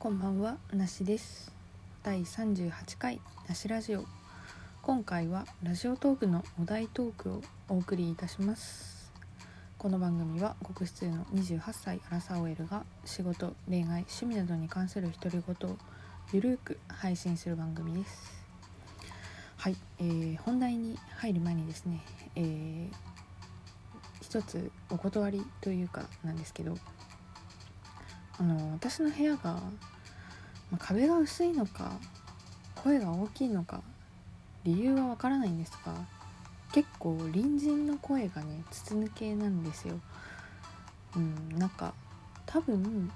こんばんは、なしです。第38回なしラジオ。今回はラジオトークのお題トークをお送りいたします。この番組はごく普通の28歳アラサー OL が仕事、恋愛、趣味などに関する独り言をゆるく配信する番組です。はい、本題に入る前にですね、一つお断りというかなんですけど、私の部屋が壁が薄いのか声が大きいのか理由はわからないんですが、結構隣人の声がね筒抜けなんですよ。なんか多分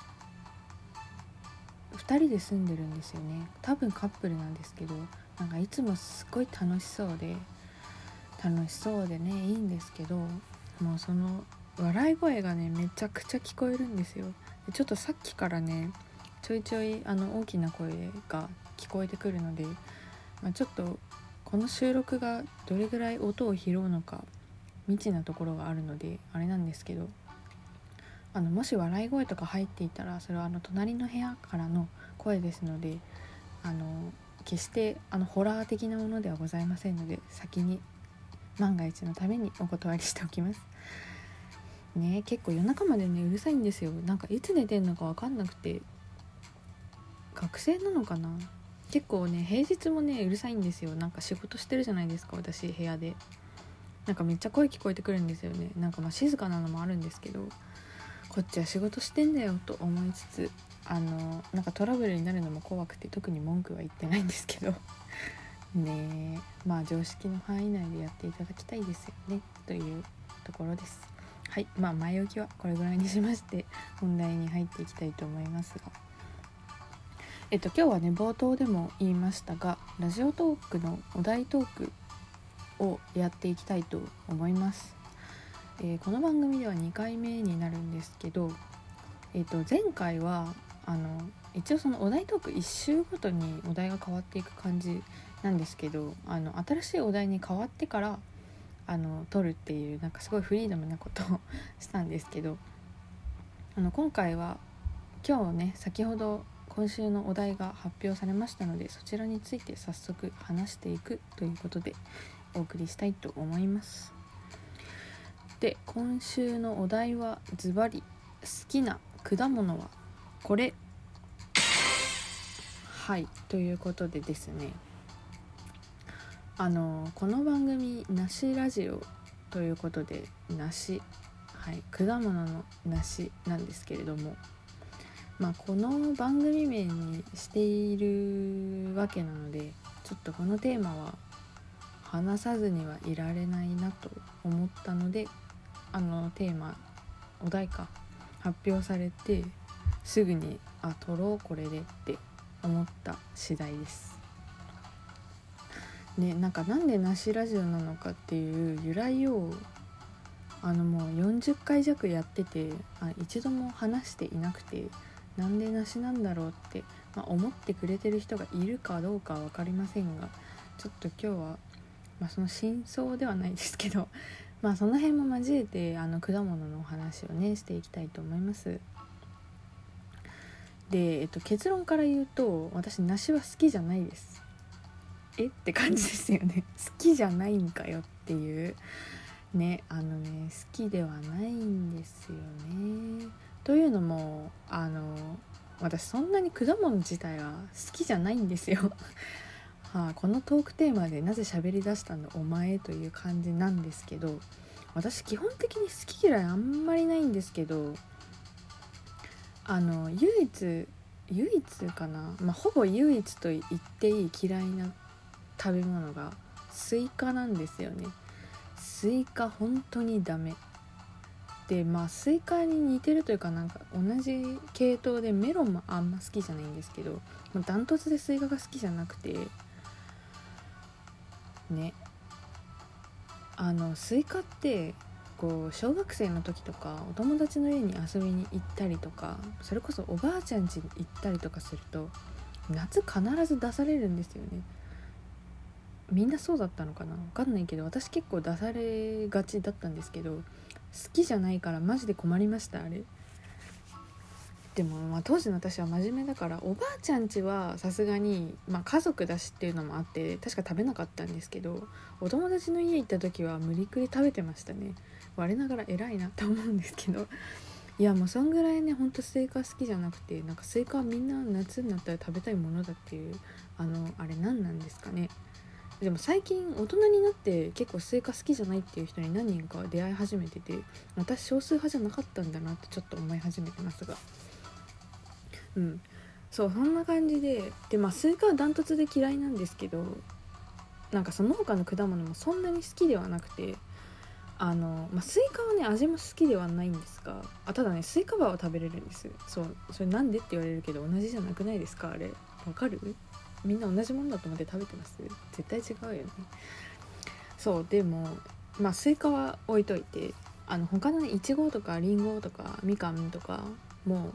2人で住んでるんですよね。多分カップルなんですけど、なんかいつもすごい楽しそうでね、いいんですけど、もうその笑い声がねめちゃくちゃ聞こえるんですよ。でちょっとさっきからねちょいちょい大きな声が聞こえてくるので、ちょっとこの収録がどれぐらい音を拾うのか未知なところがあるのであれなんですけど、もし笑い声とか入っていたらそれは隣の部屋からの声ですので、決してホラー的なものではございませんので、先に万が一のためにお断りしておきますね。結構夜中までねうるさいんですよ。なんかいつ寝てんのか分かんなくて、学生なのかな。結構ね平日もねうるさいんですよ。なんか仕事してるじゃないですか、私部屋で。なんかめっちゃ声聞こえてくるんですよね。なんか静かなのもあるんですけど、こっちは仕事してんだよと思いつつ、なんかトラブルになるのも怖くて特に文句は言ってないんですけどねえ、常識の範囲内でやっていただきたいですよねというところです。はい、前置きはこれぐらいにしまして本題に入っていきたいと思いますが、今日はね冒頭でも言いましたが、ラジオトークのお題トークをやっていきたいと思います。この番組では2回目になるんですけど、前回は一応そのお題トーク1週ごとにお題が変わっていく感じなんですけど、新しいお題に変わってから撮るっていう、なんかすごいフリーダムなことをしたんですけど、今回は今日ね先ほど今週のお題が発表されましたので、そちらについて早速話していくということでお送りしたいと思います。で、今週のお題はズバリ好きな果物はこれ。はい、ということでですね、この番組梨ラジオということで梨、はい、果物の梨なんですけれども、この番組名にしているわけなので、ちょっとこのテーマは話さずにはいられないなと思ったので、テーマお題か発表されてすぐに撮ろうこれでって思った次第ですね。なんでなしラジオなのかっていう由来をもう40回弱やってて一度も話していなくて、なんでなしなんだろうって、思ってくれてる人がいるかどうかは分かりませんが、ちょっと今日は、その真相ではないですけどその辺も交えて果物のお話をねしていきたいと思います。で、結論から言うと、私梨は好きじゃないです。って感じですよね好きじゃないんかよっていうね。好きではないんですよね。というのも私そんなに果物自体は好きじゃないんですよこのトークテーマでなぜ喋り出したんだお前という感じなんですけど、私基本的に好き嫌いあんまりないんですけど、唯一かな、ほぼ唯一と言っていい嫌いな食べ物がスイカなんですよね。スイカ本当にダメで、スイカに似てるというか、なんか同じ系統でメロンもあんま好きじゃないんですけど、ダントツでスイカが好きじゃなくてね。スイカって小学生の時とかお友達の家に遊びに行ったりとか、それこそおばあちゃん家に行ったりとかすると夏必ず出されるんですよね。みんなそうだったのかな、分かんないけど私結構出されがちだったんですけど、好きじゃないからマジで困りましたあれ。 でも当時の私は真面目だから、おばあちゃん家はさすがに、家族だしっていうのもあって確か食べなかったんですけど、お友達の家行った時は無理くり食べてましたね。我ながら偉いなと思うんですけど、いやもうそんぐらいね、ほんとスイカ好きじゃなくて、なんかスイカはみんな夏になったら食べたいものだっていう、あれ何なんですかね。でも最近大人になって結構スイカ好きじゃないっていう人に何人か出会い始めてて、私少数派じゃなかったんだなってちょっと思い始めてますが、そうそんな感じで、スイカはダントツで嫌いなんですけど、なんかその他の果物もそんなに好きではなくて、スイカはね味も好きではないんですが、ただねスイカバーは食べれるんです。そう、それなんでって言われるけど、同じじゃなくないですかあれ。わかる？みんな同じものだと思って食べてます？絶対違うよね。そうでもスイカは置いといて、他のねいちごとかりんごとかみかんとかも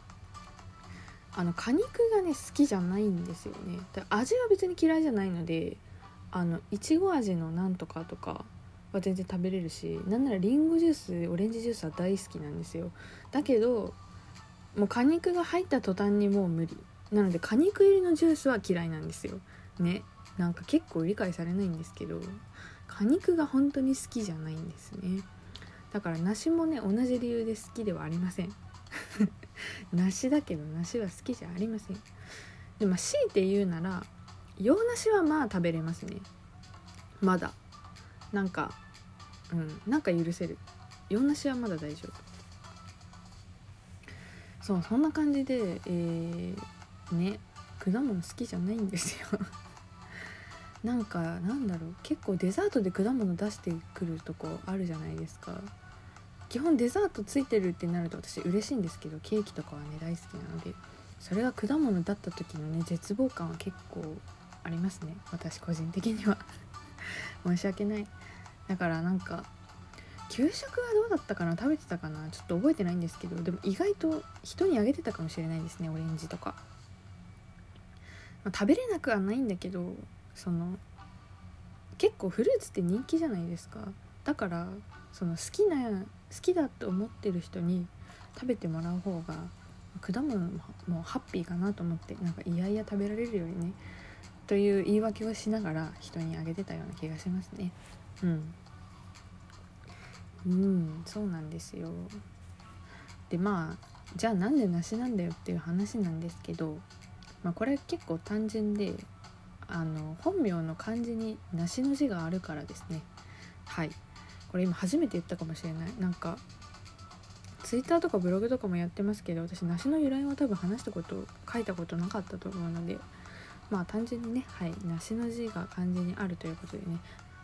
果肉がね好きじゃないんですよね。味は別に嫌いじゃないので、いちご味のなんとかとかは全然食べれるし、なんならりんごジュースオレンジジュースは大好きなんですよ。だけどもう果肉が入った途端にもう無理なので、果肉入りのジュースは嫌いなんですよね。なんか結構理解されないんですけど、果肉が本当に好きじゃないんですね。だから梨もね同じ理由で好きではありません梨だけど梨は好きじゃありません。でも強いて言うなら洋梨は食べれますね。まだなんかなんか許せる。洋梨はまだ大丈夫。そうそんな感じでね果物好きじゃないんですよなんだろう、結構デザートで果物出してくるとこあるじゃないですか。基本デザートついてるってなると私嬉しいんですけど、ケーキとかはね大好きなので、それが果物だった時のね絶望感は結構ありますね、私個人的には申し訳ない。だからなんか給食はどうだったかな、食べてたかな、ちょっと覚えてないんですけど、でも意外と人にあげてたかもしれないですね、オレンジとか。食べれなくはないんだけど、結構フルーツって人気じゃないですか。だから好きだと思ってる人に食べてもらう方が果物もハッピーかなと思って、なんかいやいや食べられるよりねという言い訳をしながら人にあげてたような気がしますね。そうなんですよ。でじゃあなんで梨なんだよっていう話なんですけど、これ結構単純で、本名の漢字に梨の字があるからですね。はい、これ今初めて言ったかもしれない。なんかツイッターとかブログとかもやってますけど、私梨の由来は多分書いたことなかったと思うので、単純にね、梨の字が漢字にあるということでね、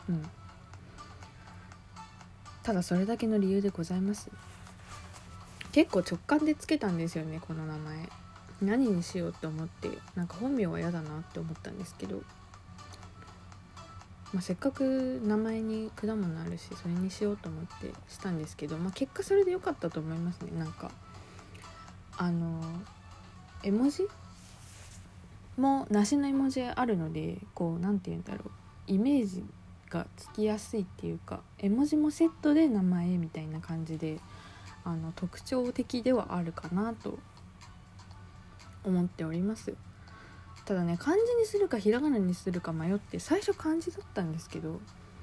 ただそれだけの理由でございます。結構直感でつけたんですよね、この名前。何にしようと思って、なんか本名は嫌だなって思ったんですけど、せっかく名前に果物あるしそれにしようと思ってしたんですけど、結果それで良かったと思いますね。なんか絵文字も梨の絵文字あるので、なんて言うんだろう、イメージがつきやすいっていうか、絵文字もセットで名前みたいな感じで特徴的ではあるかなと思っております。ただね、漢字にするかひらがなにするか迷って最初漢字だったんですけど、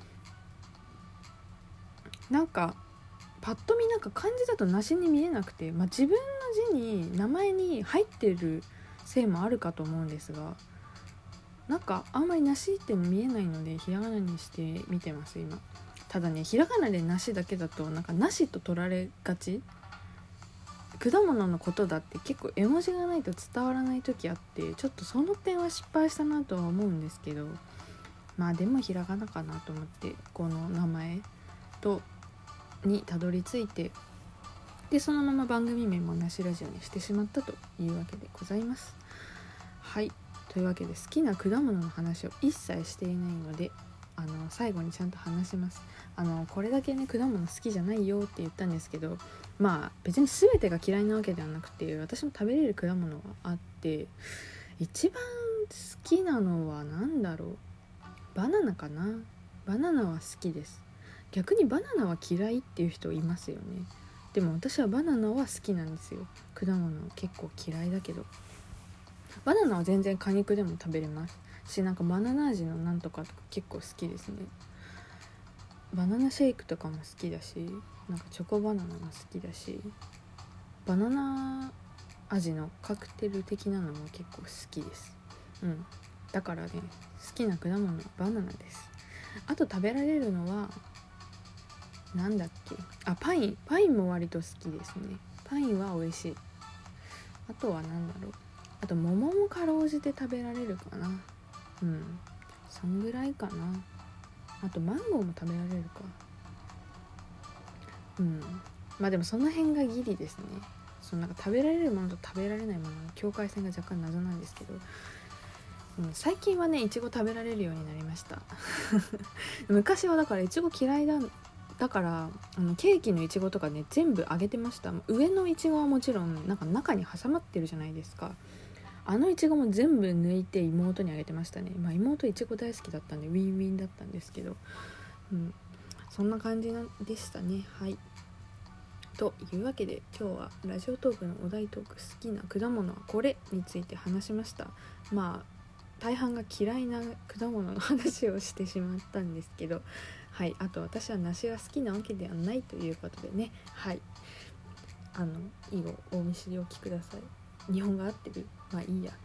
なんかパッと見なんか漢字だと梨に見えなくて、自分の字に名前に入ってるせいもあるかと思うんですが、なんかあんまり梨って見えないのでひらがなにして見てます今。ただね、ひらがなで梨だけだとなんか梨と取られがち。果物のことだって結構絵文字がないと伝わらない時あって、ちょっとその点は失敗したなとは思うんですけど、でもひらがなかなと思ってこの名前にたどり着いて、でそのまま番組名もなしラジオにしてしまったというわけでございます。はい、というわけで好きな果物の話を一切していないので最後にちゃんと話します。これだけね果物好きじゃないよって言ったんですけど、別に全てが嫌いなわけではなくて、私も食べれる果物があって、一番好きなのは何だろう、バナナかな。バナナは好きです。逆にバナナは嫌いっていう人いますよね。 でも私はバナナは好きなんですよ。果物結構嫌いだけど、バナナは全然果肉でも食べれますし、なんかバナナ味のなんとかとか結構好きですね。バナナシェイクとかも好きだし、なんかチョコバナナも好きだし、バナナ味のカクテル的なのも結構好きです。だからね、好きな果物はバナナです。あと食べられるのはなんだっけ、パインも割と好きですね。パインは美味しい。あとはなんだろう、あと桃もかろうじて食べられるかな。そんぐらいかな。あとマンゴーも食べられるか。まあでもその辺がギリですね。なんか食べられるものと食べられないものの境界線が若干謎なんですけど、最近はねいちご食べられるようになりました昔はだからいちご嫌いだからケーキのいちごとかね全部あげてました。上のいちごはもちろんなんか中に挟まってるじゃないですか。いちごも全部抜いて妹にあげてましたね。妹いちご大好きだったんでウィンウィンだったんですけど、そんな感じでしたね。はいというわけで今日はラジオトークのお題トーク、好きな果物はこれについて話しました。大半が嫌いな果物の話をしてしまったんですけど、あと私は梨が好きなわけではないということでね、以後お見知りおきください。日本が合ってる？いいや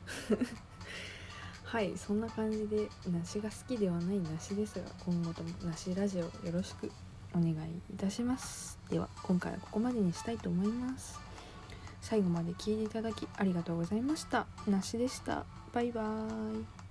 そんな感じで梨が好きではない梨ですが、今後とも梨ラジオよろしくお願いいたします。では今回はここまでにしたいと思います。最後まで聞いていただきありがとうございました。梨でした。バイバーイ。